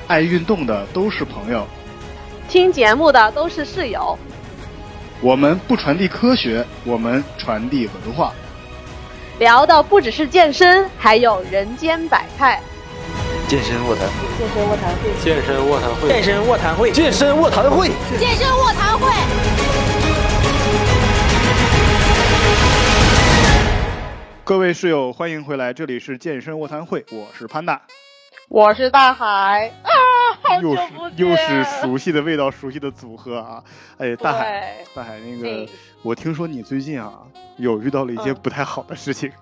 爱运动的都是朋友， 听节目的都是室友。 我们不传递科学，我们传递文化。 聊的不只是健身，还有人间百态。 健身卧谈会， 健身卧谈会， 健身卧谈会， 健身卧谈会， 健身卧谈会， 健身卧谈会。 各位室友，欢迎回来，这里是健身卧谈会，我是潘大， 我是大海啊，好久不见， 又是熟悉的味道，熟悉的组合啊！哎，大海，那个，我听说你最近啊，有遇到了一些不太好的事情。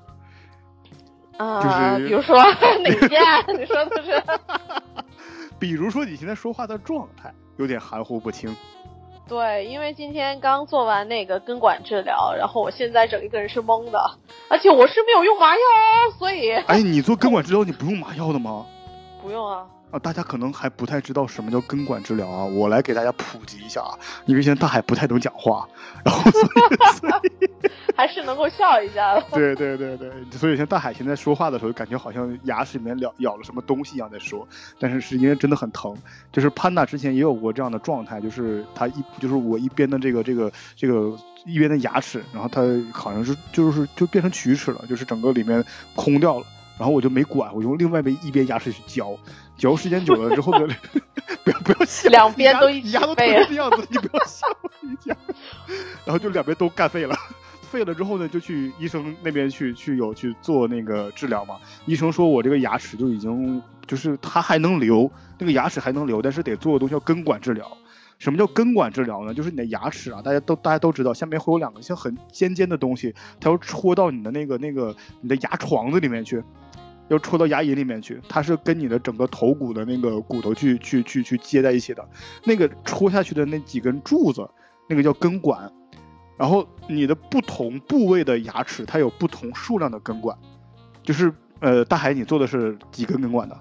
就是比如说哪件？你说的是？ 比如说你现在说话的状态有点含糊不清。 对，因为今天刚做完那个根管治疗，然后我现在整一个人是懵的，而且我是没有用麻药，所以。 哎，你做根管治疗你不用麻药的吗？ 不用啊。 大家可能还不太知道什么叫根管治疗啊，我来给大家普及一下啊，因为现在大海不太能讲话，然后所以还是能够笑一下的。 对，所以像大海现在说话的时候，感觉好像牙齿里面咬了什么东西一样在说，但是因为真的很疼。就是潘达之前也有过这样的状态，就是就是我一边的这个一边的牙齿，然后他好像是就变成龋齿了，就是整个里面空掉了。然后我就没管，我用另外一边牙齿去嚼时间久了之后呢，不要笑， 两边都一起牙都废成这样子，你不要笑我一下。然后就两边都干废了，废了之后呢，就去医生那边去做那个治疗嘛。医生说我这个牙齿就已经就是它还能留，那个牙齿还能留，但是得做的东西叫根管治疗。什么叫根管治疗呢？就是你的牙齿啊，大家都知道，下面会有两个像很尖的东西，它要戳到你的你的牙床子里面去，要戳到牙龈里面去，它是跟你的整个头骨的那个骨头去接在一起的。那个戳下去的那几根柱子，那个叫根管。然后你的不同部位的牙齿，它有不同数量的根管。就是大海，你做的是几根根管的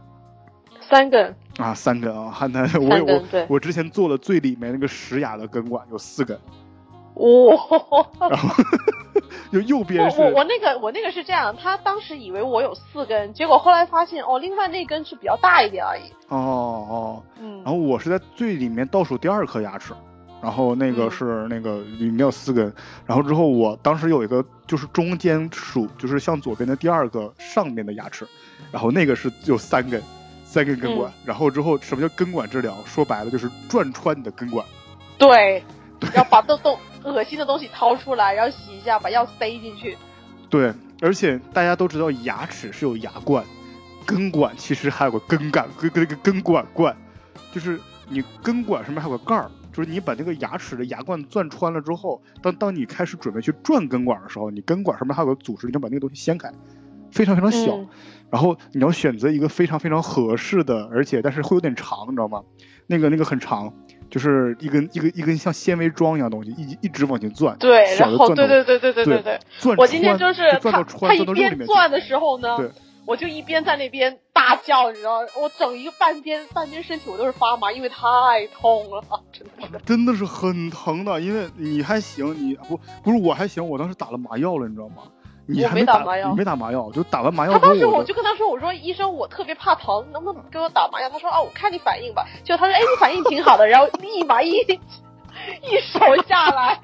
？3根啊，3根啊！我之前做了最里面那个石牙的根管有4根。 哇！ 然后就右边是我那个是这样，他当时以为我有4根，结果后来发现另外那根是比较大一点而已。然后我是在最里面倒数第2颗牙齿，然后那个是那个里面有4根，然后之后我当时有一个就是中间数，就是向左边的第2个上面的牙齿，然后那个是有3根根管。然后之后什么叫根管治疗？说白了就是转穿你的根管。 对，要把都恶心的东西掏出来，然后洗一下，把药塞进去。 对，而且大家都知道牙齿是有牙冠，根管其实还有个根管冠，就是你根管上面还有个盖儿，就是你把那个牙齿的牙冠钻穿了之后，当你开始准备去转根管的时候，你根管上面还有个组织，你要把那个东西掀开，非常非常小。然后你要选择一个非常非常合适的，但是会有点长，你知道吗？那个很长，就是一根像纤维桩一样的东西，一直往前钻。 对，然后对， 钻我今天就是他一边钻的时候呢， 对， 我就一边在那边大叫，你知道，我整一个半边身体我都是发麻，因为太痛了， 真的是很疼的。因为你还行，你不是我还行，我当时打了麻药了，你知道吗？你还没打麻药，你没打麻药，就打完麻药。他当时我就跟他说，我说医生，我特别怕疼，能不能给我打麻药？他说我看你反应吧。就他说，你反应挺好的，然后立马一手下来。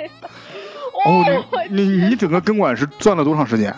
你整个根管是钻了多长时间？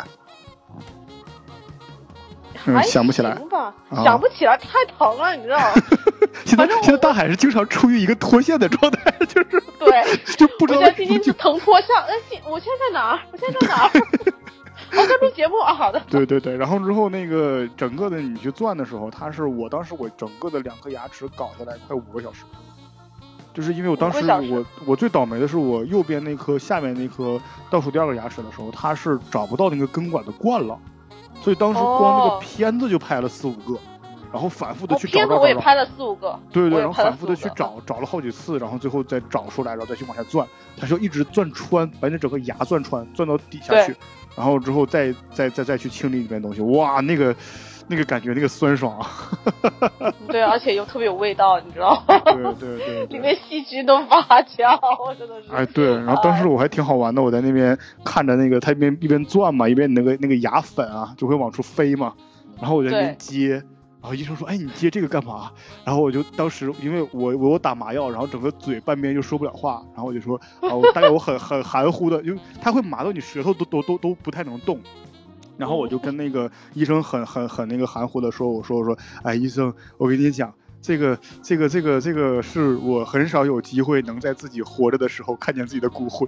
想不起来吧？想不起来，太疼了，你知道吗？ 现在大海是经常处于一个脱线的状态，就是对， 就不知道。 我现在今天就疼脱相，我现在在哪儿？在录节目啊，好的。对，然后之后那个整个的你去钻的时候，当时我整个的2颗牙齿搞下来快5个小时，就是因为我当时我最倒霉的是我右边那颗下面那颗倒数第2个牙齿的时候，它是找不到那个根管的冠了，所以当时光那个片子就拍了4-5个。然后反复的去找，片子我也拍了4-5个。 对，然后反复的去找了好几次，然后最后再找出来，然后再去往下钻。它是要一直钻穿，把你整个牙钻到底下去，然后之后再去清理里面的东西。哇，那个感觉，那个酸爽啊！ 对，而且又特别有味道，你知道吗？ 对， 里面细菌都发酵，真的是。 哎，对，然后当时我还挺好玩的，我在那边看着那个他一边钻嘛，一边那个牙粉啊就会往出飞嘛。然后我在那边接， 然后医生说，哎，你接这个干嘛？然后我就当时因为我打麻药，然后整个嘴半边就说不了话，然后我就说大概我很含糊的，因为它会麻到你舌头都不太能动。然后我就跟那个医生很那个含糊的说，我说，哎，医生，我跟你讲，这个是我很少有机会能在自己活着的时候看见自己的骨灰。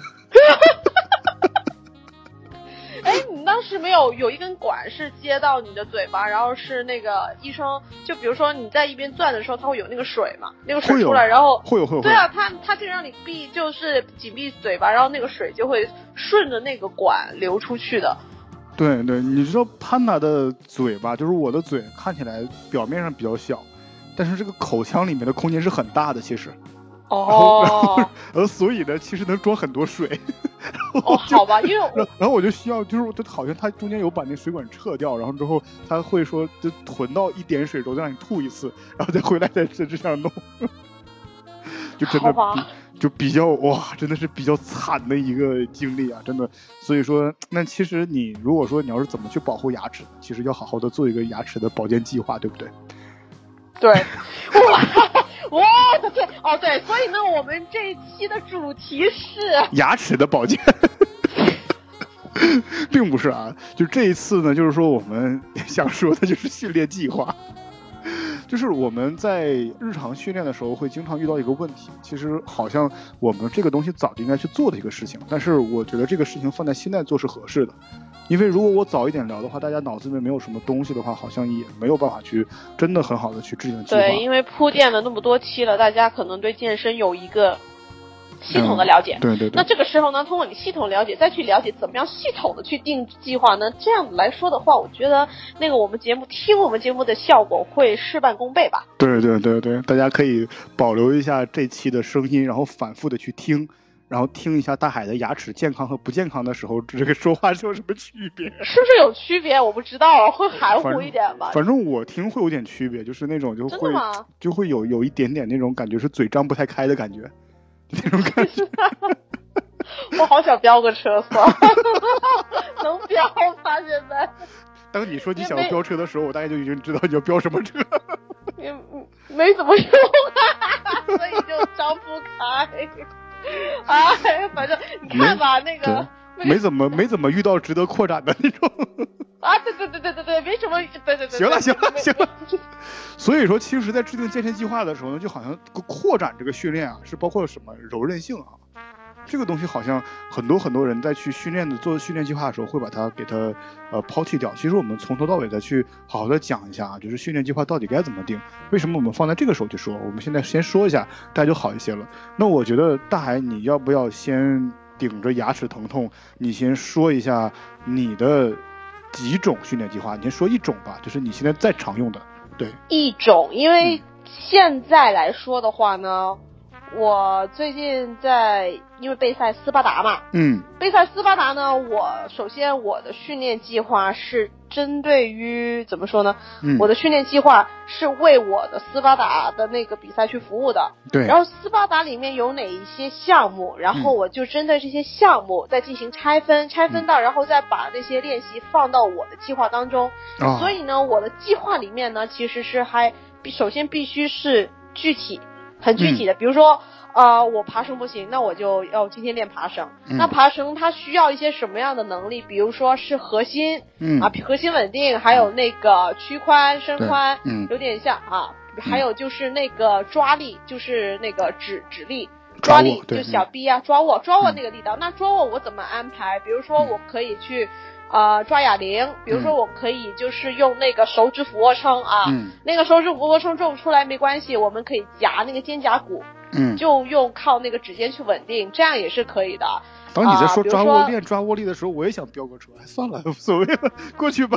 哎，你当时没有一根管是接到你的嘴巴，然后是那个医生，就比如说你在一边转的时候，它会有那个水嘛，那个水出来，然后会有。 对啊，他就让你就是紧闭嘴巴，然后那个水就会顺着那个管流出去的。 对，你知道潘达的嘴巴，就是我的嘴看起来表面上比较小，但是这个口腔里面的空间是很大的，其实。 哦。 然后所以呢，其实能装很多水。 哦，好吧，因为然后我就需要，就是好像它中间有把那水管撤掉，然后之后它会说就囤到一点水之后再让你吐一次，然后再回来再这样弄。就真的就比较哇，真的是比较惨的一个经历啊，真的。所以说，那其实你如果说你要是怎么去保护牙齿，其实要好好的做一个牙齿的保健计划，对不对？ 对，哇的天哦，对，所以呢，我们这一期的主题是牙齿的保健。并不是啊，就这一次呢，就是说我们想说的就是训练计划。就是我们在日常训练的时候会经常遇到一个问题，其实好像我们这个东西早就应该去做的一个事情，但是我觉得这个事情放在现在做是合适的，因为如果我早一点聊的话，大家脑子里面没有什么东西的话，好像也没有办法去真的很好的去制定计划。 对，因为铺垫了那么多期了，大家可能对健身有一个系统的了解， 对。 那这个时候呢，通过你系统了解，再去了解怎么样系统的去定计划呢？这样来说的话，我觉得那个我们节目的效果会事半功倍吧。 对，大家可以保留一下这期的声音，然后反复的去听，然后听一下大海的牙齿健康和不健康的时候，这个说话是有什么区别？ 是不是有区别？我不知道，会含糊一点吧。 反正我听会有点区别，就是那种就会有一点点那种感觉，是嘴张不太开的感觉。那种感觉。 我好想飙个车算能飙吗？现在当你说你想要飙车的时候，我大概就已经知道你要飙什么车。 也没怎么用啊，所以就张不开。哎，反正你看吧，那个没怎么遇到值得扩展的那种。 啊，对，没什么，对。 行了。所以说，其实，在制定健身计划的时候呢，就好像扩展这个训练啊，是包括什么柔韧性啊，这个东西好像很多人在去做训练计划的时候，会把它给它抛弃掉。其实我们从头到尾的去好好的讲一下啊，就是训练计划到底该怎么定，为什么我们放在这个时候去说？我们现在先说一下，大家就好一些了。那我觉得大海，你要不要先顶着牙齿疼痛，你先说一下你的几种训练计划？你先说一种吧，就是你现在在常用的。对， 一种，因为现在来说的话呢，我最近因为备赛斯巴达嘛，备赛斯巴达呢，首先我的训练计划是针对于怎么说呢？我的训练计划是为我的斯巴达的那个比赛去服务的。 对。 然后斯巴达里面有哪一些项目，然后我就针对这些项目再进行拆分到，然后再把那些练习放到我的计划当中。所以呢，我的计划里面呢，其实是首先必须是很具体的，比如说我爬绳不行，那我就要今天练爬绳。那爬绳它需要一些什么样的能力？比如说是核心，核心稳定，还有那个屈髋、伸髋，有点像啊。还有就是那个抓力，就是那个指力，抓力就小臂啊，抓握那个力道。那抓握我怎么安排？比如说我可以去抓哑铃，比如说我可以就是用那个手指俯卧撑啊，那个手指俯卧撑做不出来没关系，我们可以夹那个肩胛骨，就用靠那个指尖去稳定，这样也是可以的。 当你在说练抓握力的时候，我也想飙个车，算了，无所谓了，过去吧。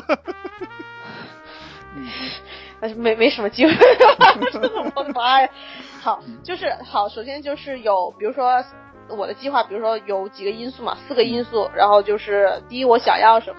但是没什么机会。我的妈呀！好，首先就是比如说我的计划，比如说有几个因素嘛，4个因素，然后就是第一，我想要什么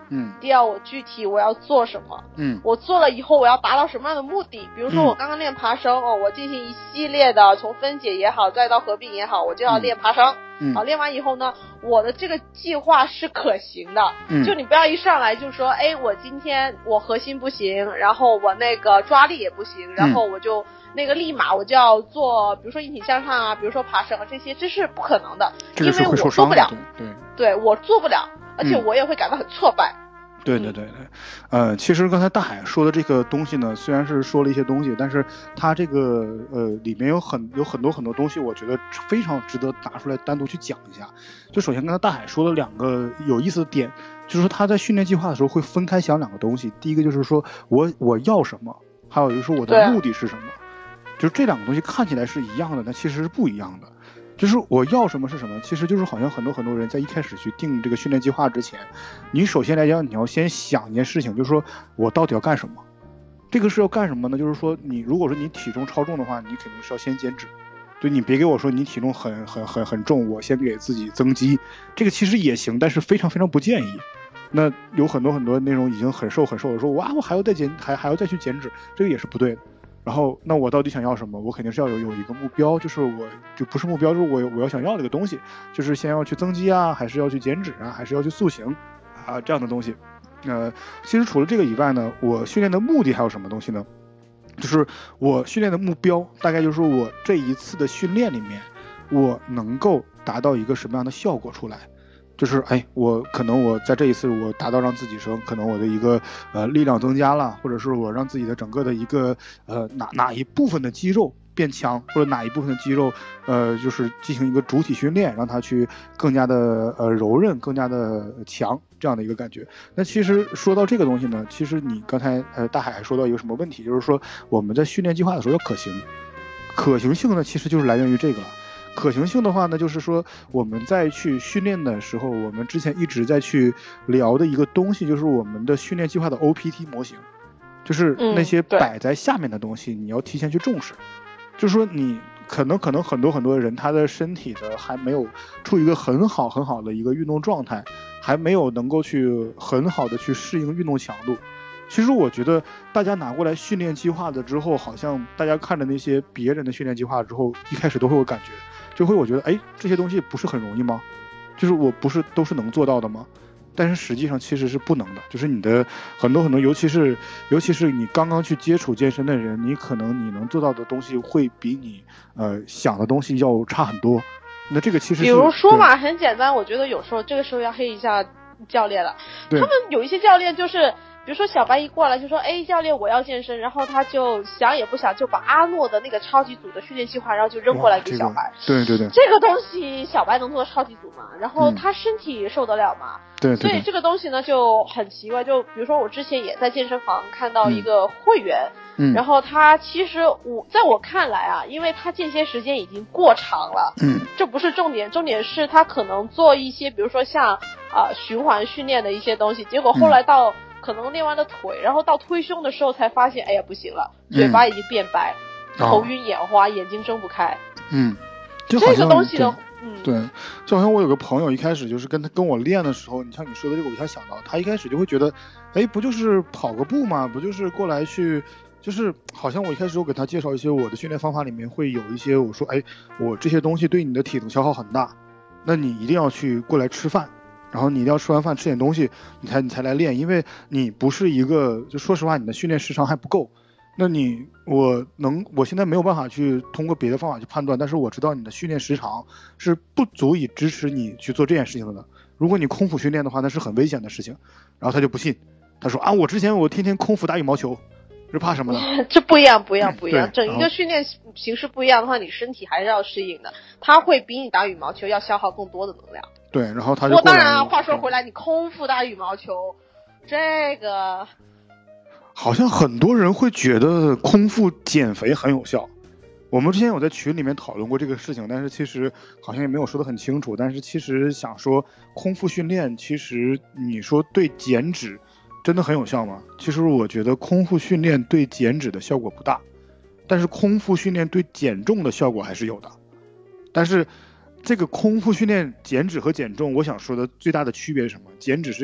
第二我具体我要做什么，我做了以后我要达到什么样的目的。比如说我刚刚练爬升我进行一系列的从分解也好再到合并也好，我就要练爬升。练完以后呢，我的这个计划是可行的。就你不要一上来就说我今天我核心不行，然后我那个抓力也不行，然后我就那个立马我就要做比如说引体向上啊，比如说爬升啊，这是不可能的，因为我做不了。对，我做不了，而且我也会感到很挫败。 对，其实刚才大海说的这个东西呢，虽然是说了一些东西，但是它这个里面有很多东西，我觉得非常值得拿出来单独去讲一下。就首先刚才大海说了2个有意思的点，就是说他在训练计划的时候会分开想2个东西，第一个就是说我要什么，还有就是说我的目的是什么。就是这2个东西看起来是一样的，但其实是不一样的。就是我要什么是什么，其实就是好像很多人在一开始去定这个训练计划之前，你首先来讲你要先想一件事情，就是说我到底要干什么。这个是要干什么呢？就是说你如果说你体重超重的话，你肯定是要先减脂。对，你别给我说你体重很重，我先给自己增肌，这个其实也行，但是非常不建议。那有很多那种已经很瘦的说哇我还要再减，还要再去减脂，这个也是不对的。然后那我到底想要什么？我肯定是要有一个目标，就是我就不是目标，就是我要想要这个东西，就是先要去增肌啊，还是要去减脂啊，还是要去塑形啊，这样的东西。其实除了这个以外呢，我训练的目的还有什么东西呢？就是我训练的目标大概就是我这一次的训练里面我能够达到一个什么样的效果出来。就是我可能我在这一次我达到让自己说可能我的一个力量增加了，或者是我让自己的整个的一个哪一部分的肌肉变强，或者哪一部分的肌肉就是进行一个主体训练，让它去更加的柔韧，更加的强，这样的一个感觉。那其实说到这个东西呢，其实你刚才大海还说到一个什么问题，就是说我们在训练计划的时候要可行。可行性呢其实就是来源于这个了。可行性的话呢，就是说我们在去训练的时候，我们之前一直在去聊的一个东西，就是我们的训练计划的 OPT 模型，就是那些摆在下面的东西，你要提前去重视。就是说你可能很多人他的身体的还没有处于一个很好的一个运动状态，还没有能够去很好的去适应运动强度。其实我觉得大家拿过来训练计划的之后，好像大家看着那些别人的训练计划之后，一开始都会有感觉，就会我觉得这些东西不是很容易吗？就是我不是都是能做到的吗？但是实际上其实是不能的。就是你的很多尤其是你刚刚去接触健身的人，你可能你能做到的东西会比你想的东西要差很多。那这个其实比如说嘛，很简单，我觉得有时候这个时候要黑一下教练了。他们有一些教练就是比如说小白一过来就说教练我要健身，然后他就想也不想就把阿诺的那个超级组的训练计划然后就扔过来给小白。 对，这个东西小白能做超级组吗？然后他身体受得了吗？ 对， 所以这个东西呢就很奇怪。就比如说我之前也在健身房看到一个会员，然后他其实在我看来啊，因为他间歇时间已经过长了，这不是重点，重点是他可能做一些比如说像循环训练的一些东西，结果后来到可能练完了腿，然后到推胸的时候才发现不行了，嘴巴已经变白，头晕眼花，眼睛睁不开。 就这个东西的对，就好像我有个朋友一开始就是跟我练的时候，你像你说的这个，我一下想到他一开始就会觉得不就是跑个步吗？不就是过来去，就是好像我一开始我给他介绍一些我的训练方法里面会有一些我说我这些东西对你的体能消耗很大，那你一定要去过来吃饭，然后你一定要吃完饭吃点东西你才来练，因为你不是一个，就说实话你的训练时长还不够。那我现在没有办法去通过别的方法去判断，但是我知道你的训练时长是不足以支持你去做这件事情的。如果你空腹训练的话，那是很危险的事情。然后他就不信，他说我之前我天天空腹打羽毛球，是怕什么呢？ 这不一样，整一个训练形式不一样的话，你身体还是要适应的，它会比你打羽毛球要消耗更多的能量。 对，然后他就当然话说回来，你空腹打羽毛球这个好像很多人会觉得空腹减肥很有效。我们之前有在群里面讨论过这个事情，但是其实好像也没有说得很清楚。但是其实想说空腹训练，其实你说对减脂真的很有效吗？其实我觉得空腹训练对减脂的效果不大，但是空腹训练对减重的效果还是有的。但是这个空腹训练减脂和减重，我想说的最大的区别是什么？减脂是给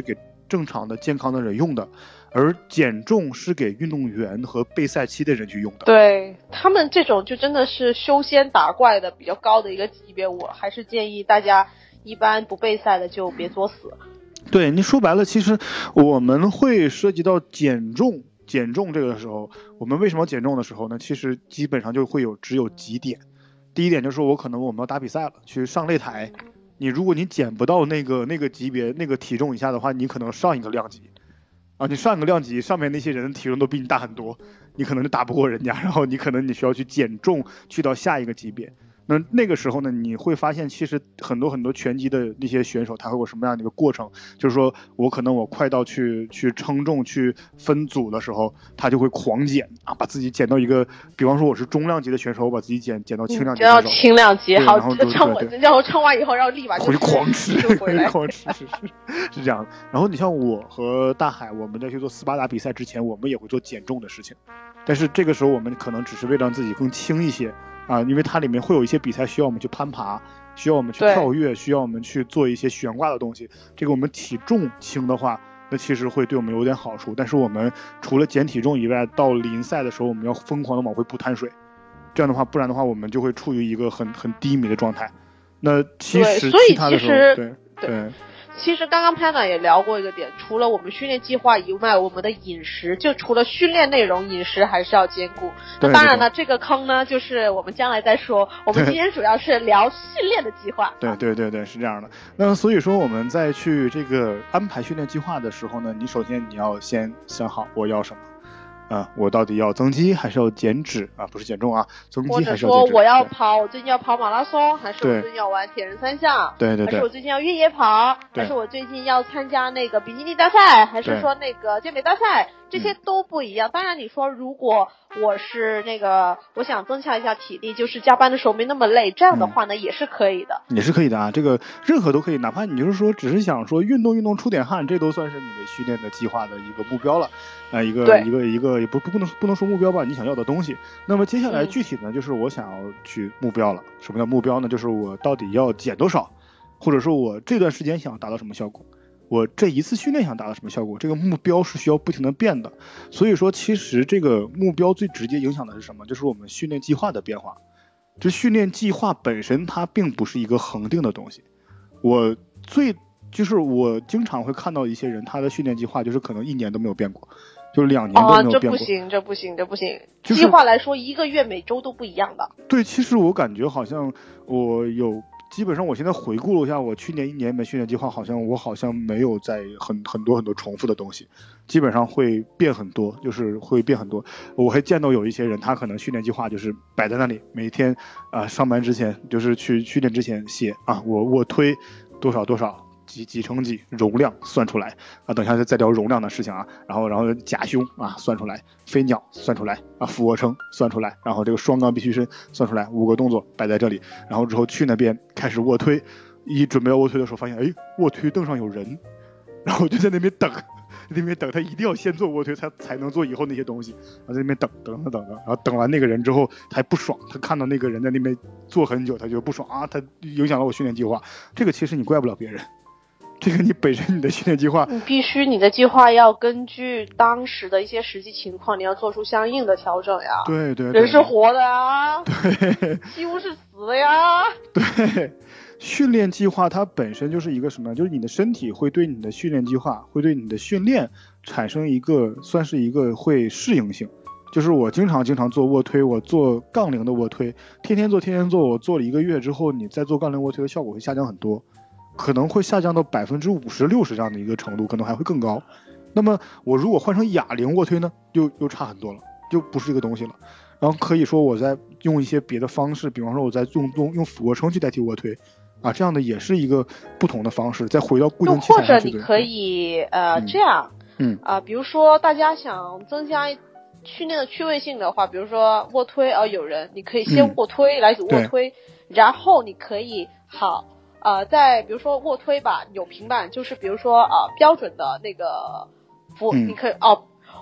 正常的健康的人用的，而减重是给运动员和备赛期的人去用的。 对，他们这种就真的是修仙打怪的比较高的一个级别，我还是建议大家一般不备赛的就别作死。 对，你说白了，其实我们会涉及到减重这个时候，我们为什么减重的时候呢？其实基本上就会只有几点。第一点就是我们要打比赛了，去上擂台，如果你减不到那个级别那个体重以下的话，你可能上一个量级啊，你上一个量级上面那些人的体重都比你大很多，你可能就打不过人家，然后你需要去减重去到下一个级别。那个时候呢，你会发现其实很多拳击的那些选手他会有什么样的一个过程，就是说我快到去称重去分组的时候，他就会狂减啊，把自己减到一个，比方说我是中量级的选手，我把自己减到轻量级， 减到轻量级，好，然后称完以后然后立马就回去狂吃回来， 狂吃是这样。然后你像我和大海，我们在去做斯巴达比赛之前，我们也会做减重的事情，但是这个时候我们可能只是为了让自己更轻一些啊，因为它里面会有一些比赛需要我们去攀爬，需要我们去跳跃，需要我们去做一些悬挂的东西。这个我们体重轻的话，那其实会对我们有点好处。但是我们除了减体重以外，到临赛的时候，我们要疯狂的往回补碳水，这样的话，不然的话，我们就会处于一个很低迷的状态。那其实其他的时候，对。 其实刚刚 Panda 也聊过一个点，除了我们训练计划以外，我们的饮食就除了训练内容，饮食还是要兼顾。那当然了，这个坑呢，就是我们将来再说。我们今天主要是聊训练的计划。 对，是这样的。那所以说我们在去这个安排训练计划的时候呢，你首先你要先想好我要什么。我到底要增肌还是要减脂啊？不是减重啊，增肌还是要减脂？ 或者说我最近要跑马拉松，还是我最近要玩铁人三项？ 对， 还是我最近要越野跑？还是我最近要参加那个比基尼大赛？还是说那个健美大赛？这些都不一样。当然你说如果我是我想增强一下体力，就是加班的时候没那么累，这样的话呢，也是可以的。也是可以的啊，这个任何都可以，哪怕你就是说只是想说运动出点汗，这都算是你的训练的计划的一个目标了。一个也不能说目标吧，你想要的东西。那么接下来具体呢，就是我想要去目标了。什么叫目标呢？就是我到底要减多少，或者说我这段时间想要达到什么效果，我这一次训练想达到什么效果，这个目标是需要不停的变的。所以说其实这个目标最直接影响的是什么？就是我们训练计划的变化。这训练计划本身它并不是一个恒定的东西。我经常会看到一些人，他的训练计划就是可能1年都没有变过，就2年都没有变过。 这不行。计划来说1个月每周都不一样的。 对，其实我感觉好像基本上我现在回顾了一下我去年1年的训练计划，我好像没有在很多重复的东西，基本上会变很多，就是会变很多。我还见到有一些人，他可能训练计划就是摆在那里，每天上班之前就是去训练之前写我卧推多少几乘几容量算出来等一下再聊容量的事情然后夹胸算出来，飞鸟算出来俯卧撑算出来，然后这个双杠臂屈伸算出来，5个动作摆在这里，然后之后去那边开始卧推，一准备要卧推的时候发现卧推凳上有人，然后就在那边等，他一定要先做卧推才能做以后那些东西，然后在那边等，然后等完那个人之后他还不爽，他看到那个人在那边做很久，他就不爽他影响了我训练计划。这个其实你怪不了别人，这个你本身你的训练计划， 你必须你的计划要根据当时的一些实际情况，你要做出相应的调整呀。 对， 人是活的呀， 对， 几乎是死的呀。 对，训练计划它本身就是一个什么？就是你的身体会对你的训练计划，会对你的训练产生算是一个会适应性。就是我经常做卧推，我做杠铃的卧推，天天做，我做了1个月之后，你再做杠铃卧推的效果会下降很多。可能会下降到50%-60%这样的一个程度，可能还会更高。那么我如果换成哑铃卧推呢，又差很多了，就不是一个东西了。然后可以说我在用一些别的方式，比方说我在用俯卧撑去代替卧推这样的也是一个不同的方式，再回到固定器材上去。 或者你可以这样比如说大家想增加训练的趣味性的话，比如说卧推有人你可以先卧推来组卧推，然后你可以在比如说卧推吧，有平板，就是比如说标准的那个你可以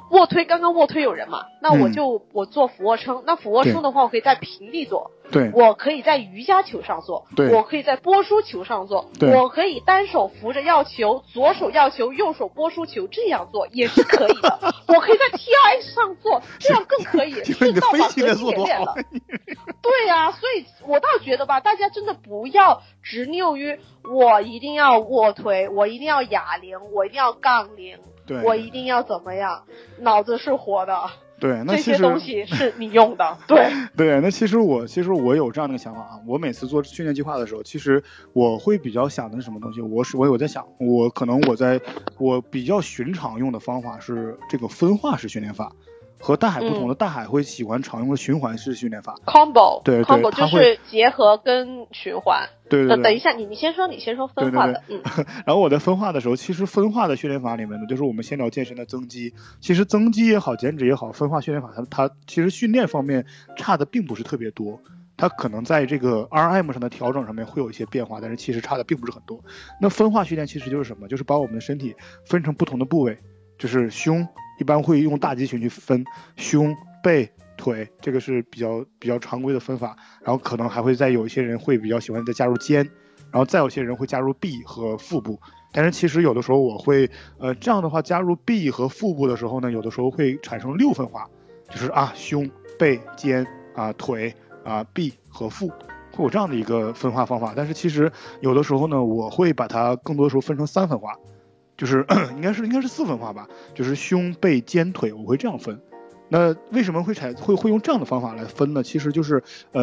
卧推刚刚卧推有人嘛，那我做俯卧撑，那俯卧撑的话我可以在平地做， 对， 我可以在瑜伽球上做， 对， 我可以在波叔球上做， 对， 我可以单手扶着药球，左手药球，右手波叔球，这样做也是可以的。我可以在 TRX 上做，这样更可以，是倒把核心给练了。对呀，所以我倒觉得吧，大家真的不要执拗于我一定要卧推，我一定要哑铃，我一定要杠铃， 对， 我一定要怎么样，脑子是活的。 对，那这些东西是你用的。对对，那其实我有这样的一个想法啊。我每次做训练计划的时候，其实我会比较想的是什么东西？我有在想，我比较寻常用的方法是这个分化式训练法。和大海不同的，大海会喜欢常用的循环式训练法 ，combo， 对 ，combo 就是结合跟循环。 对， 等一下，你先说分化的。 对。然后我在分化的时候，其实分化的训练法里面呢，就是我们先聊健身的增肌。其实增肌也好，减脂也好，分化训练法它其实训练方面差的并不是特别多。它可能在这个 RM 上的调整上面会有一些变化，但是其实差的并不是很多。那分化训练其实就是什么？就是把我们的身体分成不同的部位，就是胸。一般会用大肌群去分胸、背、腿，这个是比较常规的分法。然后可能还会再有一些人会比较喜欢再加入肩，然后再有些人会加入臂和腹部。但是其实有的时候我会这样的话加入臂和腹部的时候呢，有的时候会产生6分化，就是胸、背、肩腿臂和腹。会有这样的一个分化方法。但是其实有的时候呢，我会把它更多的时候分成3分化。就是应该是4分化吧，就是胸背肩腿我会这样分。那为什么会用这样的方法来分呢？其实就是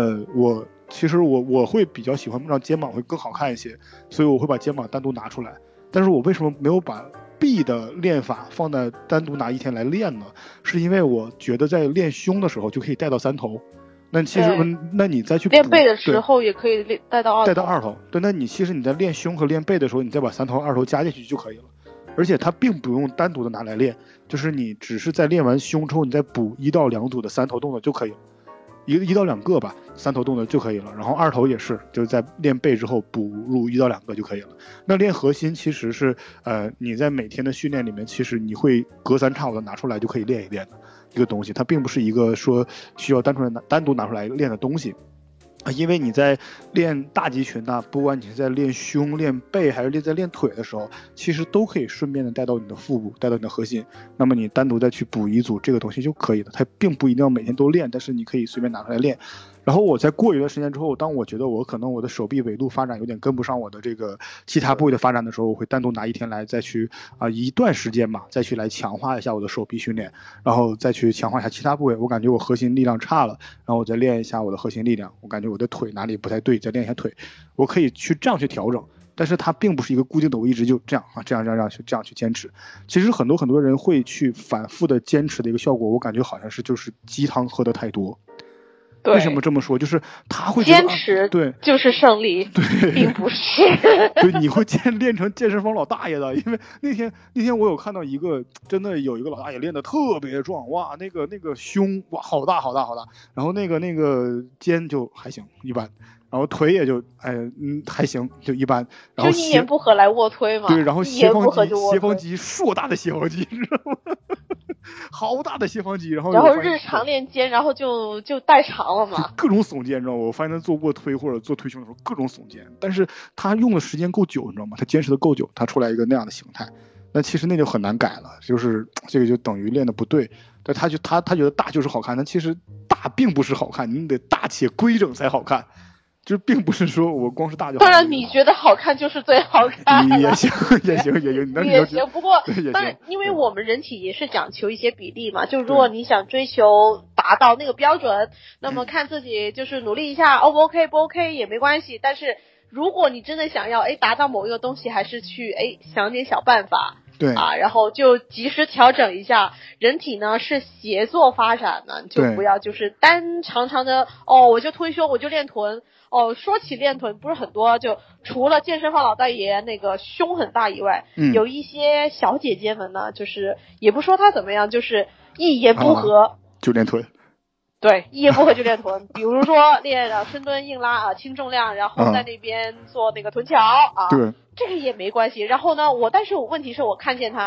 我会比较喜欢让肩膀会更好看一些，所以我会把肩膀单独拿出来。但是我为什么没有把臂的练法放在单独拿一天来练呢？是因为我觉得在练胸的时候就可以带到3头。那其实那你再去练背的时候也可以带到 2头。对，那你其实你在练胸和练背的时候，你再把3头2头加进去就可以了。而且它并不用单独的拿来练，就是你只是在练完胸之后，你再补1到2组的3头动作就可以了，1到2个吧，3头动作就可以了。然后2头也是，就是在练背之后补入1到2个就可以了。那练核心其实是你在每天的训练里面，其实你会隔三差五的拿出来就可以练一练的一个东西，它并不是一个说需要单独拿出来练的东西。因为你在练大肌群不管你是在练胸、练背还是在练腿的时候，其实都可以顺便的带到你的腹部，带到你的核心。那么你单独再去补1组这个东西就可以了，它并不一定要每天都练，但是你可以随便拿出来练。然后我在过一段时间之后，当我觉得我可能我的手臂纬度发展有点跟不上我的这个其他部位的发展的时候，我会单独拿1天来再去一段时间嘛，再去来强化一下我的手臂训练，然后再去强化一下其他部位。我感觉我核心力量差了，然后我再练一下我的核心力量。我感觉我的腿哪里不太对，再练一下腿。我可以去这样去调整，但是它并不是一个固定的，我一直就这样去坚持。其实很多人会去反复的坚持的一个效果，我感觉好像是就是鸡汤喝的太多。为什么这么说？就是他会坚持，对，就是胜利， 对， 并不是。 对，你会练成健身房老大爷的，因为那天我有看到真的有一个老大爷练得特别壮，哇，那个胸哇好大，然后那个肩就还行一般，然后腿也就还行就一般，然后就一言不合来卧推嘛， 对，然后斜方肌硕大的斜方肌，知道吗？好大的斜方肌，然后日常练肩，然后就代偿了嘛， 各种耸肩，你知道吗？我发现他做卧推或者做推胸的时候各种耸肩，但是他用的时间够久，你知道吗？他坚持的够久，他出来一个那样的形态，那其实那就很难改了，就是这个就等于练的不对。但他觉得大就是好看，但其实大并不是好看，你得大且规整才好看。就并不是说我光是大就好。 当然你觉得好看就是最好看也行， 也行。不过当然因为我们人体也是讲求一些比例嘛，就如果你想追求达到那个标准，那么看自己就是努力一下，O 不 OK 不 OK 也没关系。但是如果你真的想要达到某一个东西，还是去想点小办法。 对然后就及时调整一下。人体呢是协作发展的，就不要就是常常的我就推胸我就练臀。说起练臀不是很多，就除了健身房老大爷那个胸很大以外，有一些小姐姐们呢，就是也不说她怎么样，就是一言不合就练臀。 对，一言不合就练臀，比如说练深蹲硬拉轻重量，然后在那边做那个臀桥对， 这个也没关系。然后呢，但是我问题是我看见他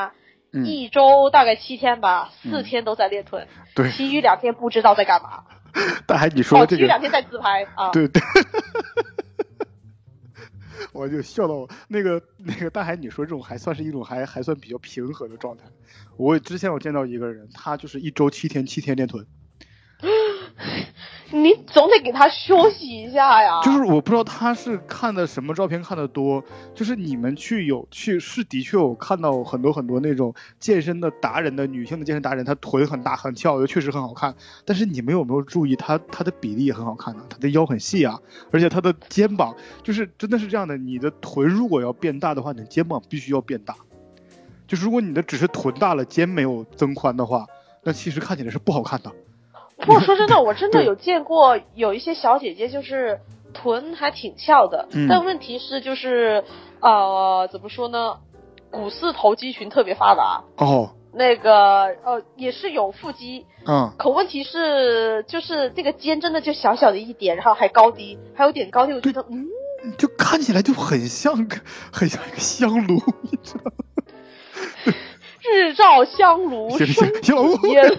一周大概7天吧，4天都在练臀， 对， 其余2天不知道在干嘛。 大海你说这个， 其余2天在自拍啊。 对。我就笑到那个大海，你说这种还算是一种还算比较平和的状态。之前我见到一个人，他就是一周7天练臀。 你总得给他休息一下呀。 就是我不知道他是看的什么照片看的多，就是你们是的确有看到很多那种健身的达人的女性的健身达人，她臀很大很翘，确实很好看。但是你们有没有注意她的比例也很好看呢？她的腰很细啊，而且她的肩膀就是真的是这样的。你的臀如果要变大的话，你的肩膀必须要变大。就是如果你的只是臀大了，肩没有增宽的话，那其实看起来是不好看的。 不过说真的，我真的有见过有一些小姐姐，就是臀还挺翘的，但问题是就是怎么说呢，股四头肌群特别发达哦， 那个也是有腹肌，可问题是就是这个肩真的就小小的一点，然后还高低，还有点高低，我觉得就看起来就很像一个香炉，你知道吗？ 日照香炉生体验。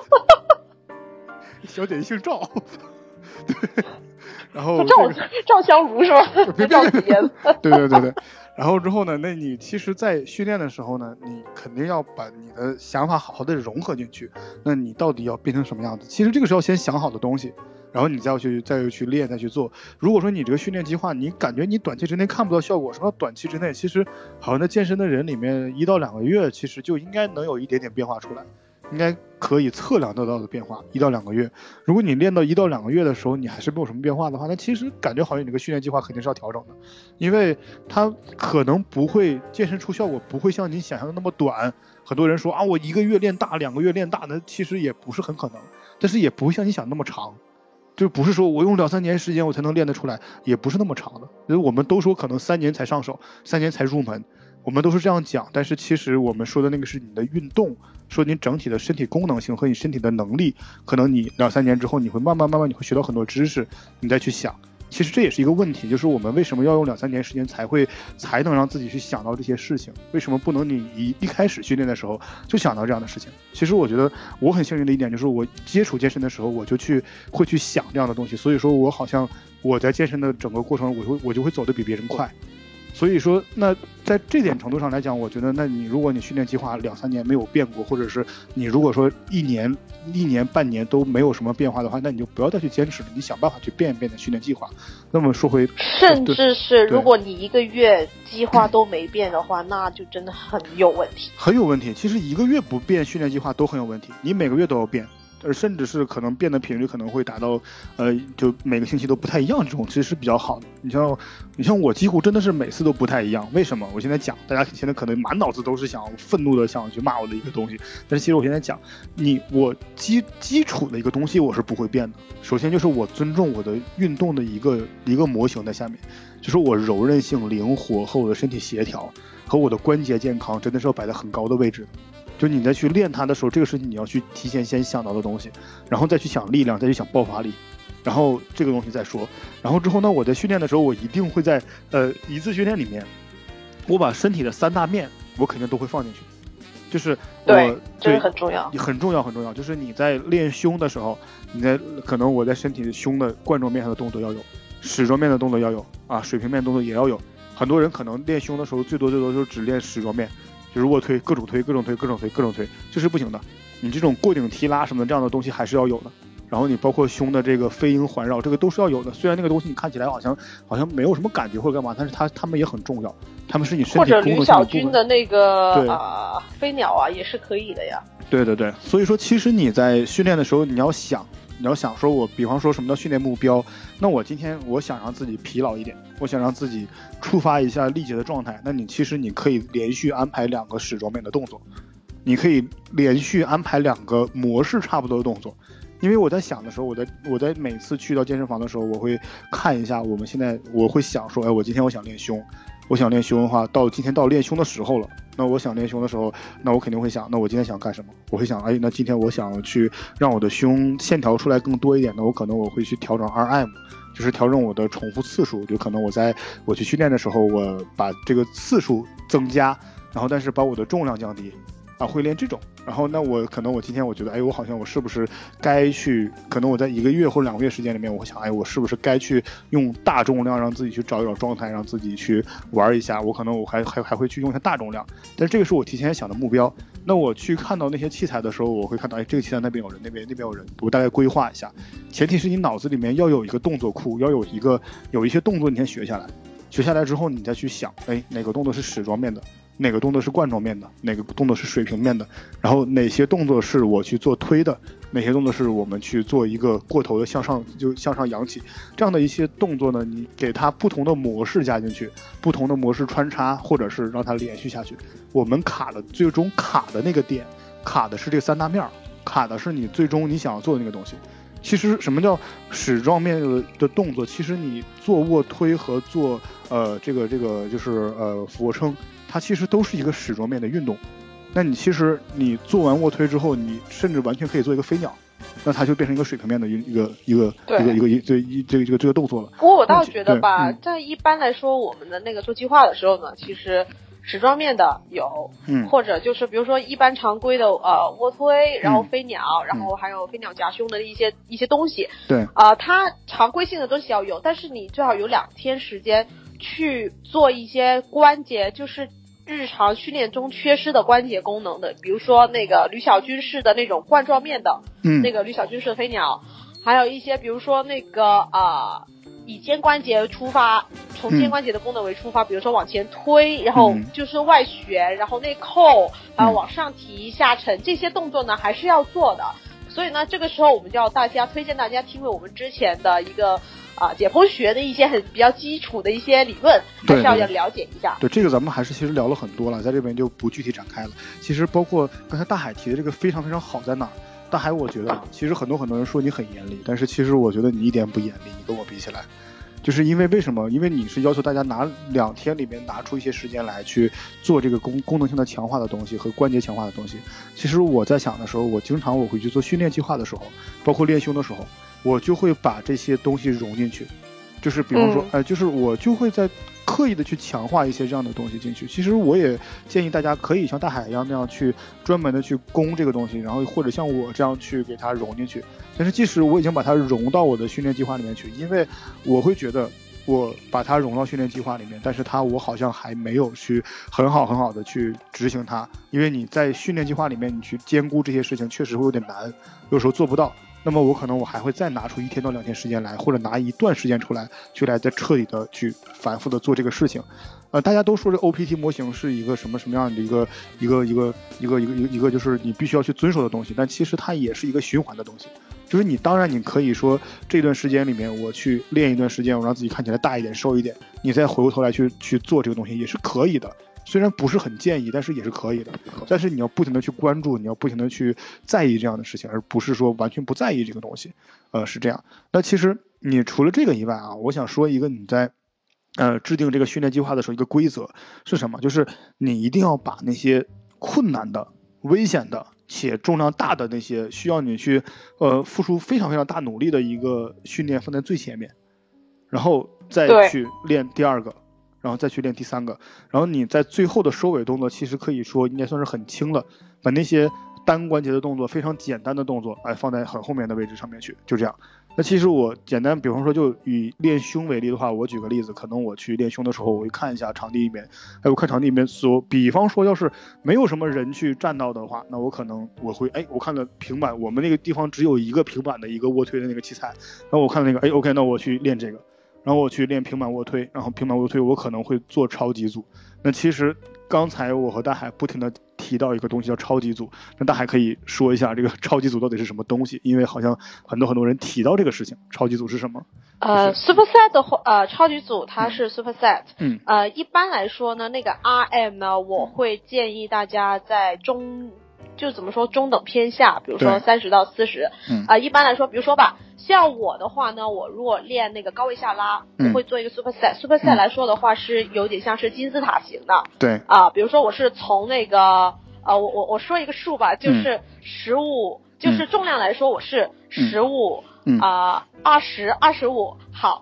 小姐姐姓赵，对，然后赵香炉是吧？赵体验。 对。然后之后呢，那你其实在训练的时候呢，你肯定要把你的想法好好的融合进去。那你到底要变成什么样子？其实这个是要先想好的东西，然后你再去练，再去做。如果说你这个训练计划，你感觉你短期之内看不到效果，说短期之内，其实好像在健身的人里面1到2个月，其实就应该能有一点点变化出来。应该可以测量得到的变化，1到2个月。如果你练到1到2个月的时候，你还是没有什么变化的话，那其实感觉好像你这个训练计划肯定是要调整的，因为它可能不会健身出效果，不会像你想象的那么短。很多人说我1个月练大，2个月练大，那其实也不是很可能，但是也不会像你想那么长。就不是说我用2-3年时间我才能练得出来，也不是那么长的。因为我们都说可能3年才上手，3年才入门。我们都是这样讲，但是其实我们说的那个是你的运动，说你整体的身体功能性和你身体的能力，可能你2-3年之后你会慢慢你会学到很多知识，你再去想。其实这也是一个问题，就是我们为什么要用2-3年时间才能让自己去想到这些事情？为什么不能你一开始训练的时候就想到这样的事情？其实我觉得我很幸运的一点就是我接触健身的时候我就会去想这样的东西，所以说我好像我在健身的整个过程我就会走得比别人快。所以说那在这点程度上来讲，我觉得那如果你训练计划2-3年没有变过，或者是你如果说一年半年都没有什么变化的话，那你就不要再去坚持了，你想办法去变一变的训练计划。那么说回甚至是如果你1个月计划都没变的话，那就真的很有问题。 很有问题，其实1个月不变训练计划都很有问题，你每个月都要变，甚至是可能变的频率可能会达到就每个星期都不太一样，这种其实是比较好的。你像我几乎真的是每次都不太一样。为什么？我现在讲，大家现在可能满脑子都是想愤怒的想去骂我的一个东西，但是其实我现在讲我基础的一个东西我是不会变的。首先就是我尊重我的运动的一个模型在下面，就是我柔韧性、灵活和我的身体协调和我的关节健康真的是要摆在很高的位置的。就你在去练它的时候，这个是你要去提前先想到的东西，然后再去想力量，再去想爆发力，然后这个东西再说。然后之后呢，我在训练的时候，我一定会在一次训练里面，我把身体的3大面我肯定都会放进去。就是对，这个很重要， 很重要。就是你在练胸的时候，可能我在身体胸的冠状面上的动作要有，矢状面的动作要有啊，水平面的动作也要有。很多人可能练胸的时候最多就是只练矢状面，就是卧推，各种推，这是不行的。你这种过顶提拉什么的这样的东西还是要有的。然后你包括胸的这个飞鹰环绕，这个都是要有的。虽然那个东西你看起来好像没有什么感觉或者干嘛，但是它们也很重要，它们是你身体功能性的部分。或者吕小军的那个飞鸟啊，也是可以的呀。 对，所以说其实你在训练的时候，你要想说我比方说什么叫训练目标，那我今天我想让自己疲劳一点，我想让自己触发一下力竭的状态，那其实你可以连续安排2个矢状面的动作，你可以连续安排2个模式差不多的动作。因为我在想的时候，我在每次去到健身房的时候，我会看一下我会想说，我今天我想练胸的话，今天到练胸的时候了。那我想练胸的时候，那我肯定会想，那我今天想干什么？我会想，那今天我想去让我的胸线条出来更多一点，那我可能我会去调整 RM， 就是调整我的重复次数，就可能我去训练的时候，我把这个次数增加，然后但是把我的重量降低。 啊，会练这种。然后那我可能我今天我觉得，哎，我好像我是不是该去，可能我在1个月或者2个月时间里面，我会想，哎，我是不是该去用大重量让自己去找一找状态，让自己去玩一下，我可能我还会去用一下大重量，但是这个是我提前想的目标。那我去看到那些器材的时候，我会看到，哎，这个器材那边有人，那边有人，我大概规划一下。前提是你脑子里面要有一个动作库，要有一些动作你先学下来，学下来之后你再去想，哎，哪个动作是矢状面的，哪个动作是冠状面的，哪个动作是水平面的，然后哪些动作是我去做推的，哪些动作是我们去做一个过头的向上扬起，这样的一些动作呢，你给它不同的模式加进去，不同的模式穿插，或者是让它连续下去。我们最终卡的那个点，卡的是这3大面，卡的是你最终你想要做的那个东西。其实什么叫矢状面的动作？其实你做卧推和做这个就是俯卧撑，它其实都是一个矢状面的运动。那你其实你做完卧推之后，你甚至完全可以做一个飞鸟，那它就变成一个水平面的一个动作了。 不过我倒觉得吧，在一般来说，我们的那个做计划的时候呢，其实矢状面的有，或者就是比如说一般常规的卧推，然后飞鸟，然后还有飞鸟夹胸的一些东西。 对， 它常规性的东西要有，但是你最好有2天时间去做一些关节，就是日常训练中缺失的关节功能的，比如说那个吕小军式的那种冠状面的，那个吕小军式的飞鸟，还有一些比如说那个以肩关节出发，从肩关节的功能为出发，比如说往前推，然后就是外旋，然后内扣，还有往上提下沉，这些动作呢还是要做的。所以呢，这个时候我们就要推荐大家听了我们之前的一个解剖学的一些比较基础的一些理论，还是要了解一下。 对，这个咱们还是其实聊了很多了，在这边就不具体展开了。其实包括刚才大海提的这个非常非常好在哪儿？大海，我觉得其实很多人说你很严厉，但是其实我觉得你一点不严厉，你跟我比起来，就是因为为什么？因为你是要求大家拿2天里面拿出一些时间来去做这个功能性的强化的东西和关节强化的东西。其实我在想的时候，我会去做训练计划的时候，包括练胸的时候，我就会把这些东西融进去，就是比方说，就是我就会在刻意的去强化一些这样的东西进去。其实我也建议大家可以像大海一样那样去专门的去攻这个东西，然后或者像我这样去给它融进去。但是即使我已经把它融到我的训练计划里面去，因为我会觉得我把它融到训练计划里面，但是我好像还没有去很好的去执行它，因为你在训练计划里面你去兼顾这些事情确实会有点难，有时候做不到。那么我可能还会再拿出1天到2天时间来，或者拿一段时间出来，再彻底的去反复的做这个事情。大家都说这 OPT 模型是一个什么样的一个就是你必须要去遵守的东西，但其实它也是一个循环的东西。就是当然你可以说这段时间里面我去练一段时间，我让自己看起来大一点瘦一点，你再回过头来去做这个东西也是可以的。虽然不是很建议，但是也是可以的。但是你要不停的去关注，你要不停的去在意这样的事情，而不是说完全不在意这个东西。是这样。那其实你除了这个以外啊，我想说一个你在制定这个训练计划的时候一个规则是什么？就是你一定要把那些困难的、危险的且重量大的那些需要你去付出非常非常大努力的一个训练放在最前面，然后再去练第2个。然后再去练第3个，然后你在最后的收尾动作其实可以说应该算是很轻了，把那些单关节的动作非常简单的动作放在很后面的位置上面去，就这样。那其实我简单比方说就以练胸为例的话，我举个例子，可能我去练胸的时候我会看一下场地里面，我看场地里面比方说要是没有什么人去站到的话，那我可能我会我看了平板，我们那个地方只有一个平板的一个卧推的那个器材，然后我看了那个OK， 那我去练这个，然后我去练平板卧推，然后平板卧推我可能会做超级组。那其实刚才我和大海不停的提到一个东西叫超级组，那大海可以说一下这个超级组到底是什么东西？因为好像很多人提到这个事情，超级组是什么 ？Superset 的话，超级组它是 Superset。一般来说呢，那个 RM 呢，我会建议大家在中等偏下，比如说30到40。一般来说，比如说吧，像我的话呢，我如果练那个高位下拉，我会做一个 Superset。Superset 来说的话，是有点像是金字塔型的。 对。 比如说我是从那个我说一个数吧，就是15，就是重量来说我是15，20，25。好。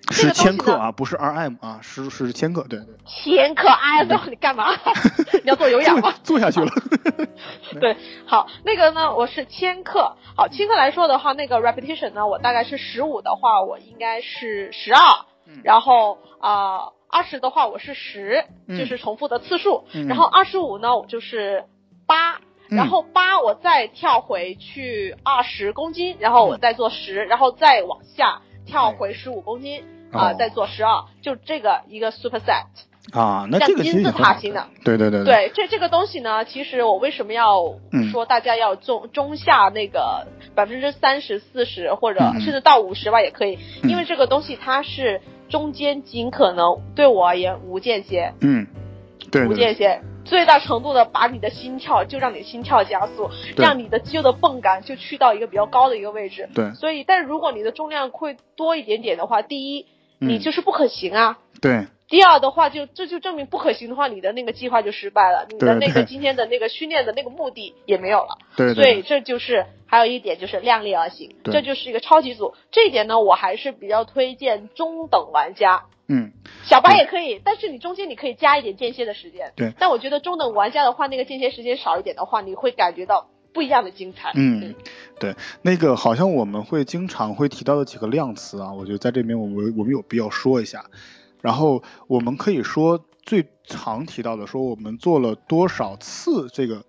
是千克啊，不是 RM 啊，是千克，对对。 千克 RM 你干嘛？你要做有氧吗？ 做下去了。 对，好，那个呢，我是千克。好，千克来说的话，那个 repetition 呢，我大概是15的话，我应该是12，然后20的话我是10，就是重复的次数，然后25呢我就是8。然后8我再跳回去20公斤，然后我再做10，然后再往下跳回15公斤再做12，就这个一个 superset 啊，那这个金字塔型的， 对对对对，这个东西呢，其实我为什么要说大家要中下那个30%、40%或者甚至到50%吧也可以，因为这个东西它是中间尽可能对我而言无间歇，对，无间歇。最大程度的把你的心跳就让你心跳加速，让你的肌肉的泵感就去到一个比较高的一个位置。 对， 所以但是如果你的重量会多一点点的话，第一你就是不可行啊。 对。 第二的话这就证明不可行的话，你的那个计划就失败了，你的那个今天的那个训练的那个目的也没有了。 对。 所以这就是还有一点就是量力而行，这就是一个超级组。这一点呢，我还是比较推荐中等玩家。小白也可以，但是你中间你可以加一点间歇的时间。 对， 但我觉得中等玩家的话，那个间歇时间少一点的话，你会感觉到不一样的精彩。 对，那个好像我们会经常会提到的几个量词啊，我觉得在这边我们有必要说一下。然后我们可以说最常提到的，说我们做了多少次这个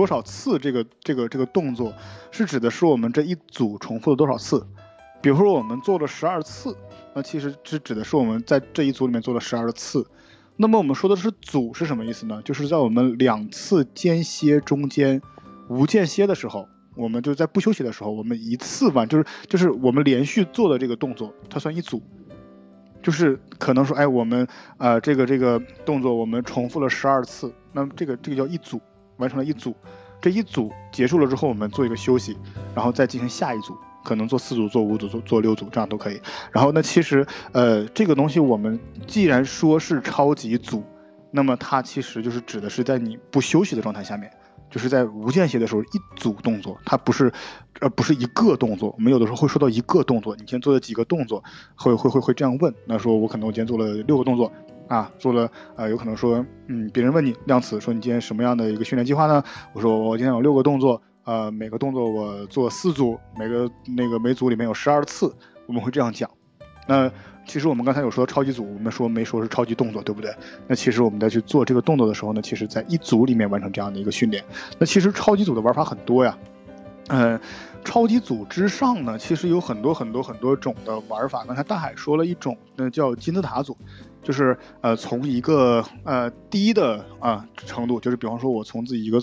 动作，是指的是我们这一组重复了多少次。比如说我们做了12次。那其实这指的是我们在这一组里面做了12次。那么我们说的是组是什么意思呢？就是在我们2次间歇中间无间歇的时候，我们就在不休息的时候，我们一次就是我们连续做的这个动作，它算一组。就是可能说，我们这个动作我们重复了12次，那么这个叫一组，完成了一组。这一组结束了之后，我们做一个休息，然后再进行下一组。可能做4组、做5组、做6组，这样都可以。然后呢，其实这个东西我们既然说是超级组，那么它其实就是指的是在你不休息的状态下面，就是在无间歇的时候一组动作，它不是一个动作。我们有的时候会说到一个动作，你今天做了几个动作，会这样问。那说我今天做了6个动作啊，做了有可能说别人问你量词说你今天什么样的一个训练计划呢？我说我今天有6个动作。每个动作我做4组，每组里面有12次，我们会这样讲。那其实我们刚才有说超级组，我们没说是超级动作，对不对？那其实我们在去做这个动作的时候呢，其实在一组里面完成这样的一个训练。那其实超级组的玩法很多呀。超级组之上呢，其实有很多种的玩法。刚才大海说了一种，那叫金字塔组。就是从一个低的程度，就是比方说我从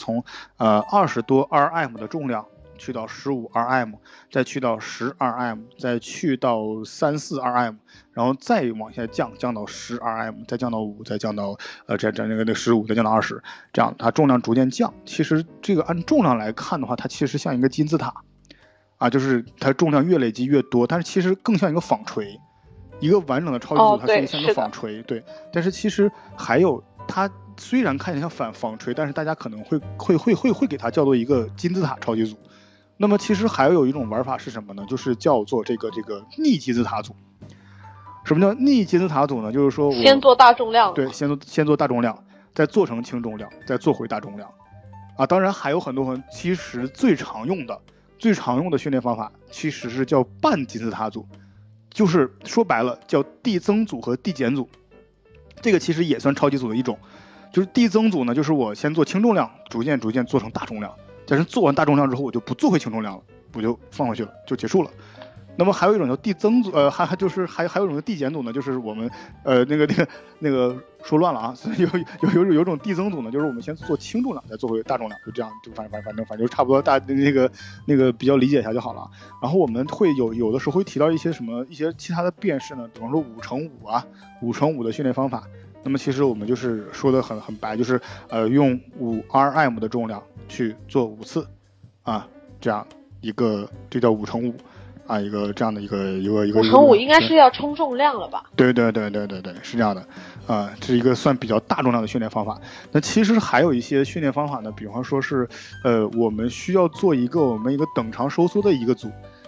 20多 RM 的重量去到15 RM， 再去到10 RM， 再去到3、4 RM， 然后再往下降到10 RM， 再降到5，再降到15，再降到20，这样它重量逐渐降。其实这个按重量来看的话，它其实像一个金字塔就是它重量越累积越多，但是其实更像一个纺锤。一个完整的超级组，它是像一个纺锤，对。但是其实还有，它虽然看起来像纺锤，但是大家可能会给它叫做一个金字塔超级组。那么其实还有一种玩法是什么呢？就是叫做这个逆金字塔组。什么叫逆金字塔组呢？就是说先做大重量， 对，先做大重量，再做成轻重量，再做回大重量。当然还有很多其实最常用的训练方法，其实是叫半金字塔组。就是说白了叫递增组和递减组，这个其实也算超级组的一种。就是递增组呢，就是我先做轻重量，逐渐做成大重量，但是做完大重量之后我就不做回轻重量了，我就放回去了，就结束了。那么还有一种叫递增组，还有一种递减组呢，就是我们那个说乱了啊，有种递增组呢，就是我们先做轻重量，再做回大重量，就这样，就反正就差不多大那个比较理解一下就好了。然后我们会有的时候会提到一些其他的变式呢，比方说5×5的训练方法。那么其实我们就是说的很白，就是用5 RM 的重量去做5次这样一个，这叫5×5。一个这样的一个 5×5应该是要冲重量了吧？ 对，是这样的，这是一个算比较大重量的训练方法。那其实还有一些训练方法呢，比方说是我们需要做我们一个等长收缩的一个组，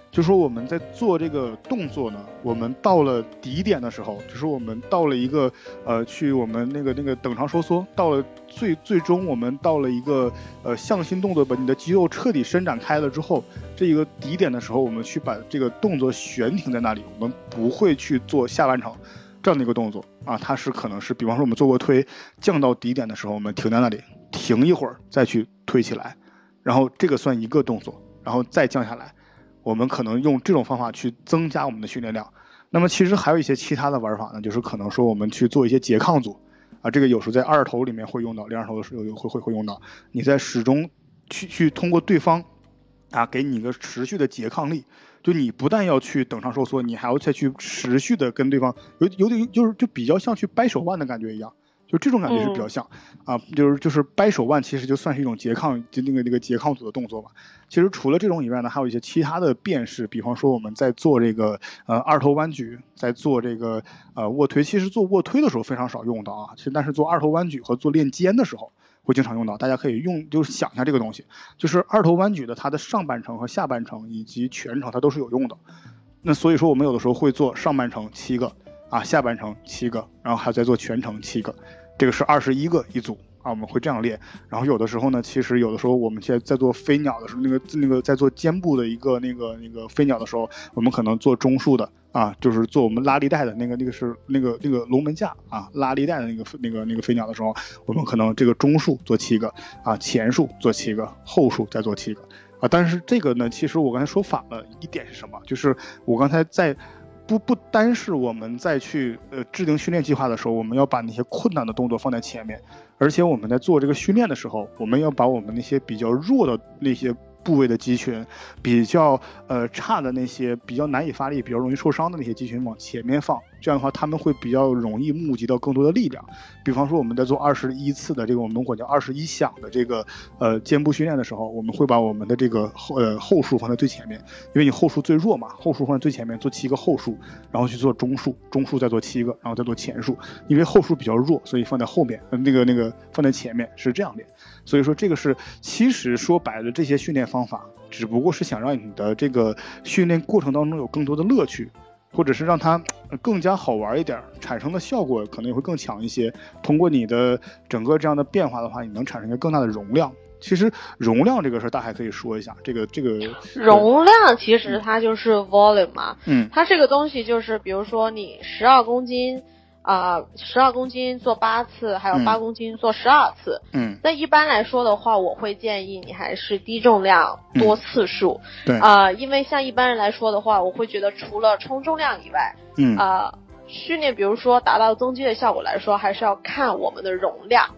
就说我们在做这个动作呢，我们到了底点的时候，就是我们到了一个去我们那个等长收缩，到了最终我们到了一个向心动作，把你的肌肉彻底伸展开了之后，这一个底点的时候，我们去把这个动作悬停在那里，我们不会去做下半程这样的一个动作啊，它是可能是比方说我们做过推降到底点的时候，我们停在那里停一会儿再去推起来，然后这个算一个动作，然后再降下来。我们可能用这种方法去增加我们的训练量。那么其实还有一些其他的玩法呢，就是可能说我们去做一些拮抗组啊，这个有时候在二头里面会用到，零二头的时候会用到。你在始终去通过对方啊给你一个持续的拮抗力，就你不但要去等长收缩，你还要再去持续的跟对方有点就比较像去掰手腕的感觉一样。就这种感觉是比较像啊，就是掰手腕，其实就算是一种拮抗，就那个拮抗组的动作吧。其实除了这种以外呢，还有一些其他的变式，比方说我们在做这个二头弯举，在做这个卧推，其实做卧推的时候非常少用到啊，其实但是做二头弯举和做练肩的时候会经常用到，大家可以用就是想一下这个东西，就是二头弯举的它的上半程和下半程以及全程它都是有用的。那所以说我们有的时候会做上半程7个啊，下半程7个，然后还再做全程7个，这个是21个一组啊，我们会这样练。然后有的时候呢，其实有的时候我们现在在做飞鸟的时候，那个在做肩部的一个那个飞鸟的时候，我们可能做中束的啊，就是做我们拉力带的那个是那个龙门架啊，拉力带的那个飞鸟的时候，我们可能这个中束做7个啊，前束做7个，后束再做7个啊。但是这个呢，其实我刚才说反了一点是什么？就是我刚才在不单是我们在去制定训练计划的时候，我们要把那些困难的动作放在前面，而且我们在做这个训练的时候，我们要把我们那些比较弱的那些部位的肌群，比较差的那些比较难以发力、比较容易受伤的那些肌群往前面放，这样的话他们会比较容易募集到更多的力量。比方说我们在做21次的这个我们管叫21响的这个肩部训练的时候，我们会把我们的这个后束放在最前面，因为你后束最弱嘛，后束放在最前面做7个后束，然后去做中束，中束再做7个，然后再做前束，因为后束比较弱，所以放在后面那个放在前面是这样练。所以说这个是其实说白了，这些训练方法只不过是想让你的这个训练过程当中有更多的乐趣，或者是让它更加好玩一点，产生的效果可能也会更强一些。通过你的整个这样的变化的话，你能产生一个更大的容量。其实容量这个事儿大家还可以说一下，这个容量其实它就是 volume 嘛，它这个东西就是比如说你12公斤12公斤做8次，还有8公斤做12次。那一般来说的话，我会建议你还是低重量多次数。 对因为像一般人来说的话，我会觉得除了冲重量以外，训练比如说达到增肌的效果来说，还是要看我们的容量。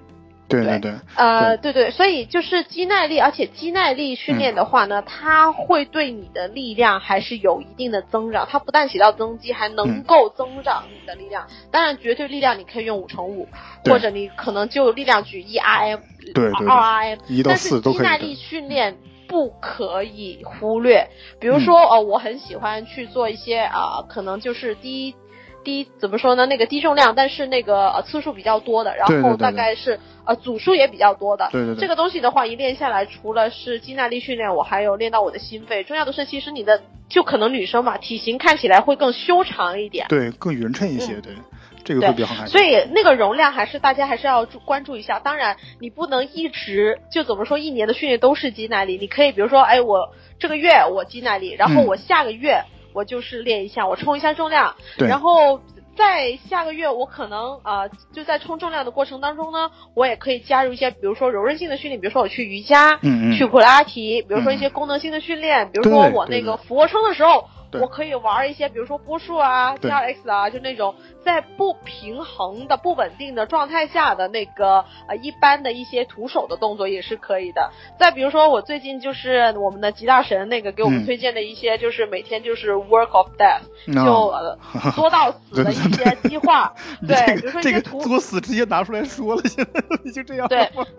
对，所以就是肌耐力，而且肌耐力训练的话呢，它会对你的力量还是有一定的增长，它不但起到增肌，还能够增长你的力量。当然绝对力量你可以用5×5，或者你可能就力量举1RM， 对 2RM， 1到4都可以。 但是肌耐力训练不可以忽略，比如说我很喜欢去做一些可能就是低怎么说呢？那个低重量，但是那个次数比较多的，然后大概是组数也比较多的。 对。 这个东西的话，一练下来，除了是肌耐力训练，我还有练到我的心肺。重要的是，其实你的就可能女生吧，体型看起来会更修长一点， 对，更匀称一些，对。这个会比较好看。 所以那个容量大家还是要关注一下。当然，你不能一直就怎么说1年的训练都是肌耐力，你可以比如说，我这个月我肌耐力，然后我下个月我就是练一下，我冲一下重量，然后在下个月我可能就在冲重量的过程当中呢，我也可以加入一些比如说柔韧性的训练，比如说我去瑜伽，去普拉提，比如说一些功能性的训练，比如说我那个俯卧撑的时候，我可以玩一些比如说波束TRX 就那种在不平衡的不稳定的状态下的那个一般的一些徒手的动作也是可以的。再比如说我最近就是我们的极大神那个给我们推荐的一些就是每天就是 work of death，就作到死的一些计划。对，比如说一些这个作死直接拿出来说了，现在已经这样了。 对。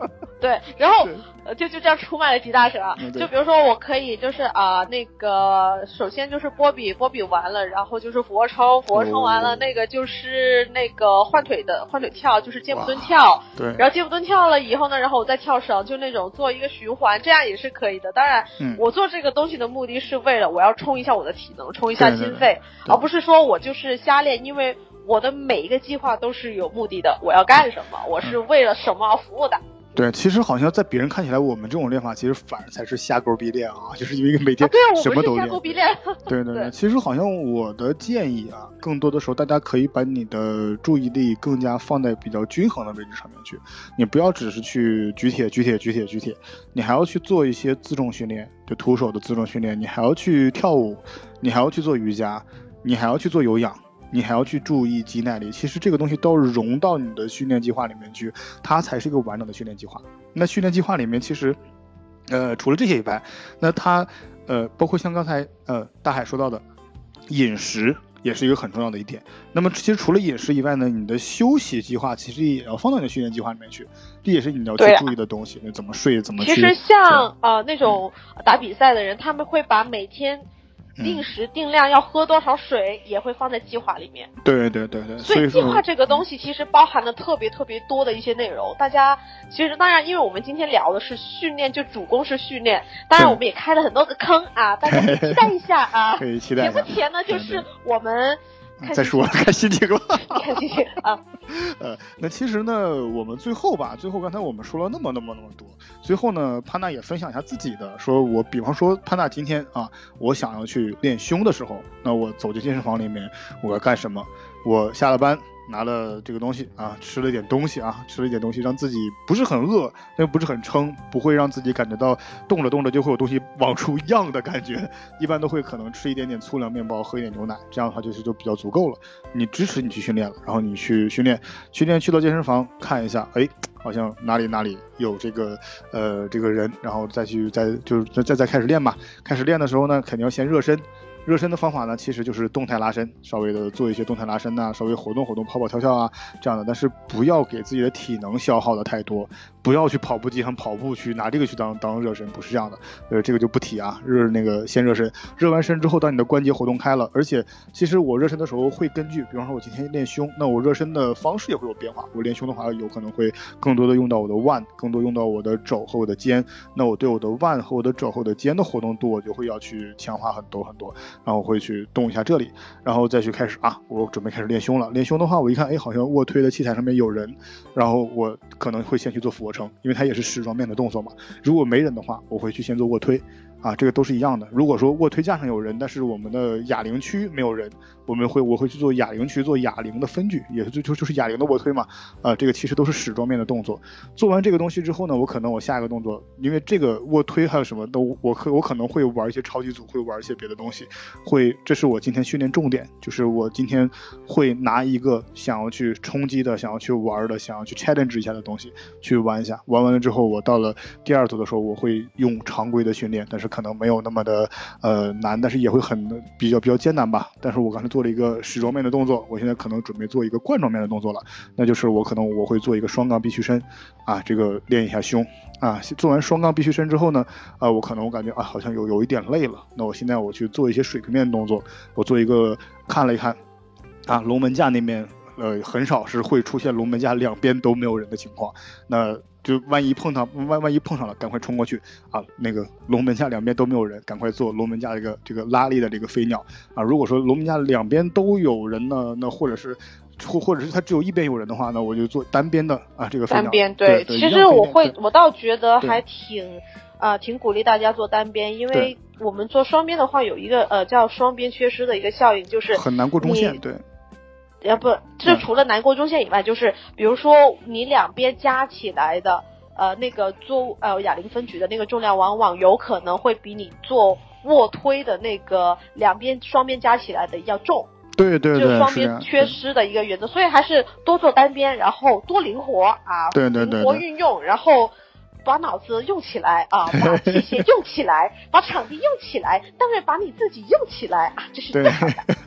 对，然后就这样出卖了集大成啊。就比如说我可以就是那个首先就是波比完了，然后就是俯卧撑完了，那个就是那个换腿跳，就是箭步蹲跳。 对。 然后箭步蹲跳了以后呢，然后我再跳绳，就那种做一个循环，这样也是可以的。当然，我做这个东西的目的是为了我要冲一下我的体能，冲一下心肺，而不是说我就是瞎练，因为我的每一个计划都是有目的的，我要干什么，我是为了什么而服务的。 对，其实好像在别人看起来，我们这种练法其实反而才是瞎勾逼练啊，就是因为每天什么都练。 瞎勾逼练。 对，其实好像我的建议啊，更多的时候大家可以把你的注意力更加放在比较均衡的位置上面去，你不要只是去举铁，你还要去做一些自重训练，就徒手的自重训练，你还要去跳舞，你还要去做瑜伽，你还要去做有氧。你还要去注意肌耐力，其实这个东西都是融到你的训练计划里面去，它才是一个完整的训练计划。那训练计划里面其实除了这些以外，那它包括像刚才大海说到的饮食也是一个很重要的一点。那么其实除了饮食以外呢，你的休息计划其实也要放到你的训练计划里面去，这也是你要去注意的东西。怎么睡，怎么去。 其实像那种打比赛的人，他们会把每天定时定量要喝多少水也会放在计划里面。 对， 所以计划这个东西其实包含了特别多的一些内容。大家其实当然因为我们今天聊的是训练，就主攻是训练，当然我们也开了很多个坑啊，大家可以期待一下啊。 可以期待一下。 甜不甜呢？就是我们再说看心情吧。 看心情啊。 那其实呢，我们最后刚才我们说了那么多，最后呢，潘娜也分享一下自己的，说我比方说潘娜今天啊，我想要去练胸的时候，那我走进健身房里面，我要干什么？我下了班拿了这个东西啊，吃了一点东西，让自己不是很饿，但又不是很撑，不会让自己感觉到动着就会有东西往出漾的感觉。一般都会可能吃一点点粗粮面包，喝一点牛奶，这样的话就比较足够了。你支持你去训练了，然后你去训练去到健身房看一下，好像哪里有这个人，然后再开始练嘛。开始练的时候呢，肯定要先热身。热身的方法呢，其实就是动态拉伸，稍微的做一些动态拉伸呐，稍微活动跑跳啊这样的，但是不要给自己的体能消耗的太多，不要去跑步机上跑步去拿这个去当热身，不是这样的。这个就不提啊，先热身，热完身之后，当你的关节活动开了，而且其实我热身的时候会根据，比方说我今天练胸，那我热身的方式也会有变化。我练胸的话，有可能会更多的用到我的腕，更多用到我的肘和我的肩。那我对我的腕和我的肘和我的肩的活动度，我就会要去强化很多。然后我会去动一下这里，然后再去开始我准备开始练胸了。练胸的话，我一看，好像卧推的器材上面有人，然后我可能会先去做俯卧撑，因为它也是矢状面的动作嘛。如果没人的话，我会去先做卧推。这个都是一样的。如果说卧推架上有人，但是我们的哑铃区没有人，我会去做哑铃区，做哑铃的分举，也就是哑铃的卧推嘛。这个其实都是矢状面的动作。做完这个东西之后呢，我下一个动作，因为这个卧推还有什么都，我可能会玩一些超级组，会玩一些别的东西，这是我今天训练重点，就是我今天会拿一个想要去冲击的、想要去玩的、想要去 challenge 一下的东西去玩一下。玩完了之后，我到了第二组的时候，我会用常规的训练，但是可能没有那么的难，但是也会比较艰难吧。但是我刚才做了一个矢状面的动作，我现在可能准备做一个冠状面的动作了，那就是我会做一个双杠臂屈伸这个练一下胸做完双杠臂屈伸之后呢，我感觉好像有一点累了，那我现在我去做一些水平面的动作，我做一个看了一看龙门架那边很少是会出现龙门架两边都没有人的情况，那就万一碰上了，赶快冲过去那个龙门架两边都没有人，赶快做龙门架这个拉力的这个飞鸟如果说龙门架两边都有人呢，那或者是它只有一边有人的话呢，我就做单边的这个飞鸟。单边对， 其实我倒觉得还挺鼓励大家做单边，因为我们做双边的话有一个叫双边缺失的一个效应，就是很难过中线。对。 这除了难过中线以外，就是比如说你两边加起来的那个做哑铃分举的那个重量，往往有可能会比你做卧推的那个双边加起来的要重。 对， 就是双边缺失的一个原则，所以还是多做单边，然后多灵活对， 灵活运用，然后把脑子用起来把器械用起来，把场地用起来，当然把你自己用起来这是最好的。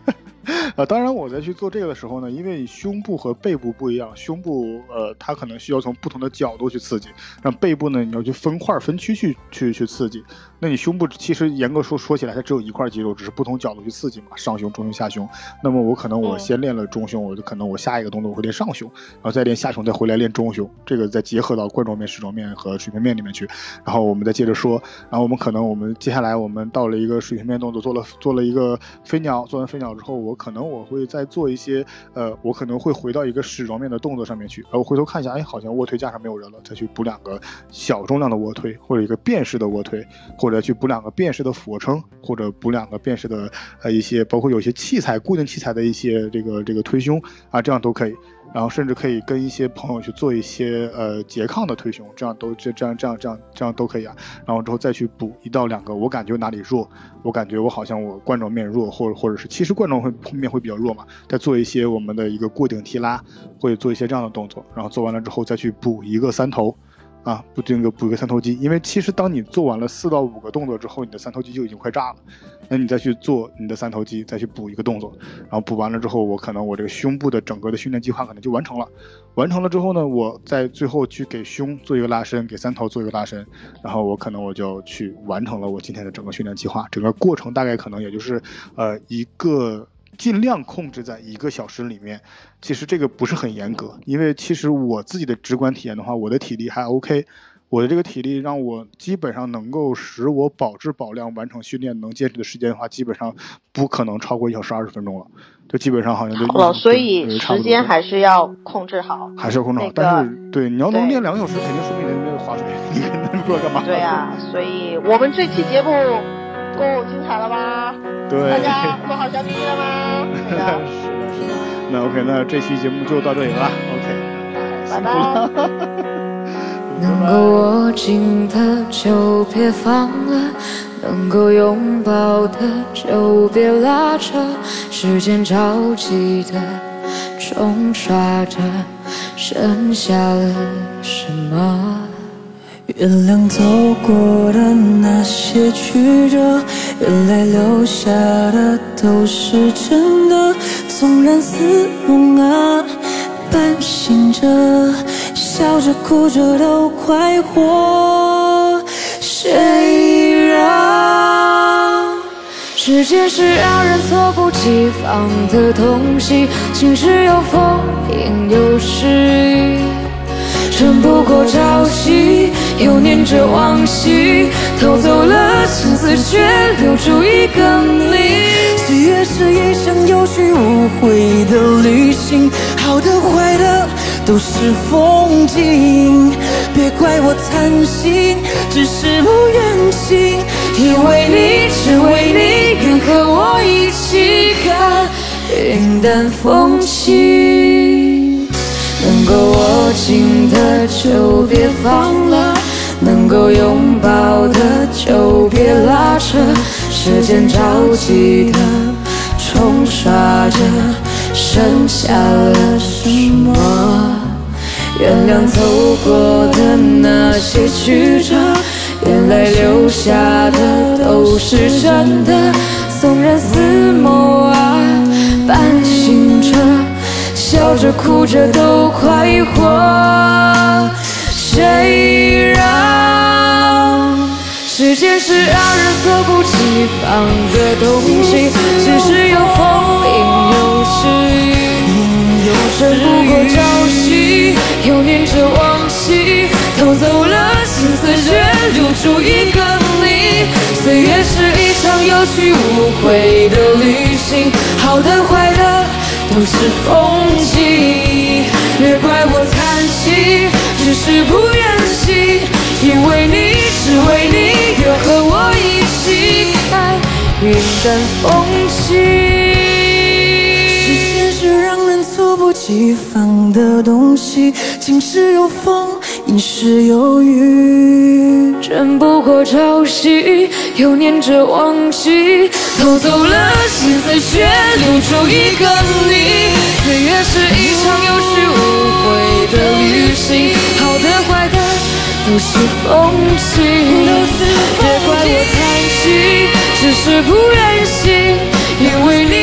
当然我在去做这个的时候呢，因为胸部和背部不一样，胸部它可能需要从不同的角度去刺激，让背部呢你要去分块分区去刺激。那你胸部其实严格说起来它只有一块肌肉，只是不同角度去刺激嘛，上胸、中胸、下胸。那么我可能我先练了中胸，我就可能我下一个动作我会练上胸，然后再练下胸，再回来练中胸，这个再结合到冠状面、矢状面和水平面里面去，然后我们再接着说。然后我们接下来我们到了一个水平面动作，做了一个飞鸟，做完飞鸟之后，我会再做一些我可能会回到一个矢状面的动作上面去，我回头看一下，哎，好像卧推架上没有人了，再去补2个小重量的卧推，或者一个便式的卧推，或者去补2个便式的俯卧撑，或者补2个便式的一些包括有些器材固定器材的一些这个推胸啊，这样都可以。然后甚至可以跟一些朋友去做一些拮抗的推胸，这样都可以啊。然后之后再去补1到2个，我感觉哪里弱，我感觉我好像我冠状面弱，或者是其实冠状面会比较弱嘛，再做一些我们的一个过顶提拉，会做一些这样的动作，然后做完了之后再去补一个3头。啊，补一个3头肌，因为其实当你做完了4到5个动作之后，你的3头肌就已经快炸了，那你再去做你的3头肌，再去补一个动作，然后补完了之后，我这个胸部的整个的训练计划可能就完成了。完成了之后呢，我在最后去给胸做一个拉伸，给3头做一个拉伸，然后我就去完成了我今天的整个训练计划。整个过程大概可能也就是一个。尽量控制在1个小时里面，其实这个不是很严格，因为其实我自己的直观体验的话，我的体力还 OK， 我的这个体力让我基本上能够使我保质保量完成训练能坚持的时间的话，基本上不可能超过1小时20分钟了，就基本上好像就好了，所以时间还是要控制好， 还是要控制好。但是对你要能练2个小时，肯定说明你那个划水，你可能不知道干嘛。 对啊，所以我们这期节目够精彩了吧？ 对， 大家做好小笔记了吗？是的。 那 OK， 那这期节目就到这里了。OK， 拜拜。 能够握紧的就别放了，能够拥抱的就别拉扯，时间着急的冲刷着，剩下了什么？ 原谅走过的那些曲折，原来留下的都是真的，纵然似梦啊，半醒着，笑着哭着都快活。谁让时间是让人猝不及防的东西，晴时有风，阴有时雨，撑不过朝夕，又念着往昔，偷走了青丝，却留住一个你。岁月是一场有去无回的旅行，好的坏的都是风景。别怪我贪心，只是不愿醒，因为你，只为你，愿和我一起看云淡风轻。能够握紧的就别放了，能够拥抱的就别拉扯，时间着急的冲刷着，剩下了什么？原谅走过的那些曲折，原来留下的都是真的，纵然似梦啊，半醒着，笑着哭着都快活。谁让时间是让人猝不及防的东西，只是有风，阴有时雨，撑不过朝夕，又念着往昔，偷走了心思，却留住一个你。岁月是一场有去无回的旅行，好的坏的都是风景。别怪我贪心，只是不愿醒，因为你，只为你，愿和我一起看云淡风轻。时间是让人猝不及防的东西，晴时有风，阴时有雨，撑不过朝夕，又念着往昔，偷走了心思，却留住一个你。岁月是一场有去无回的旅行，好的坏的都是风景。别怪我贪心，只是不愿醒，因为你。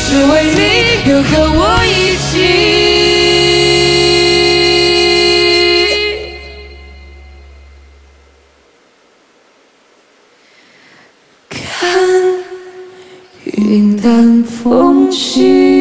只为你又和我一起。看云淡风轻。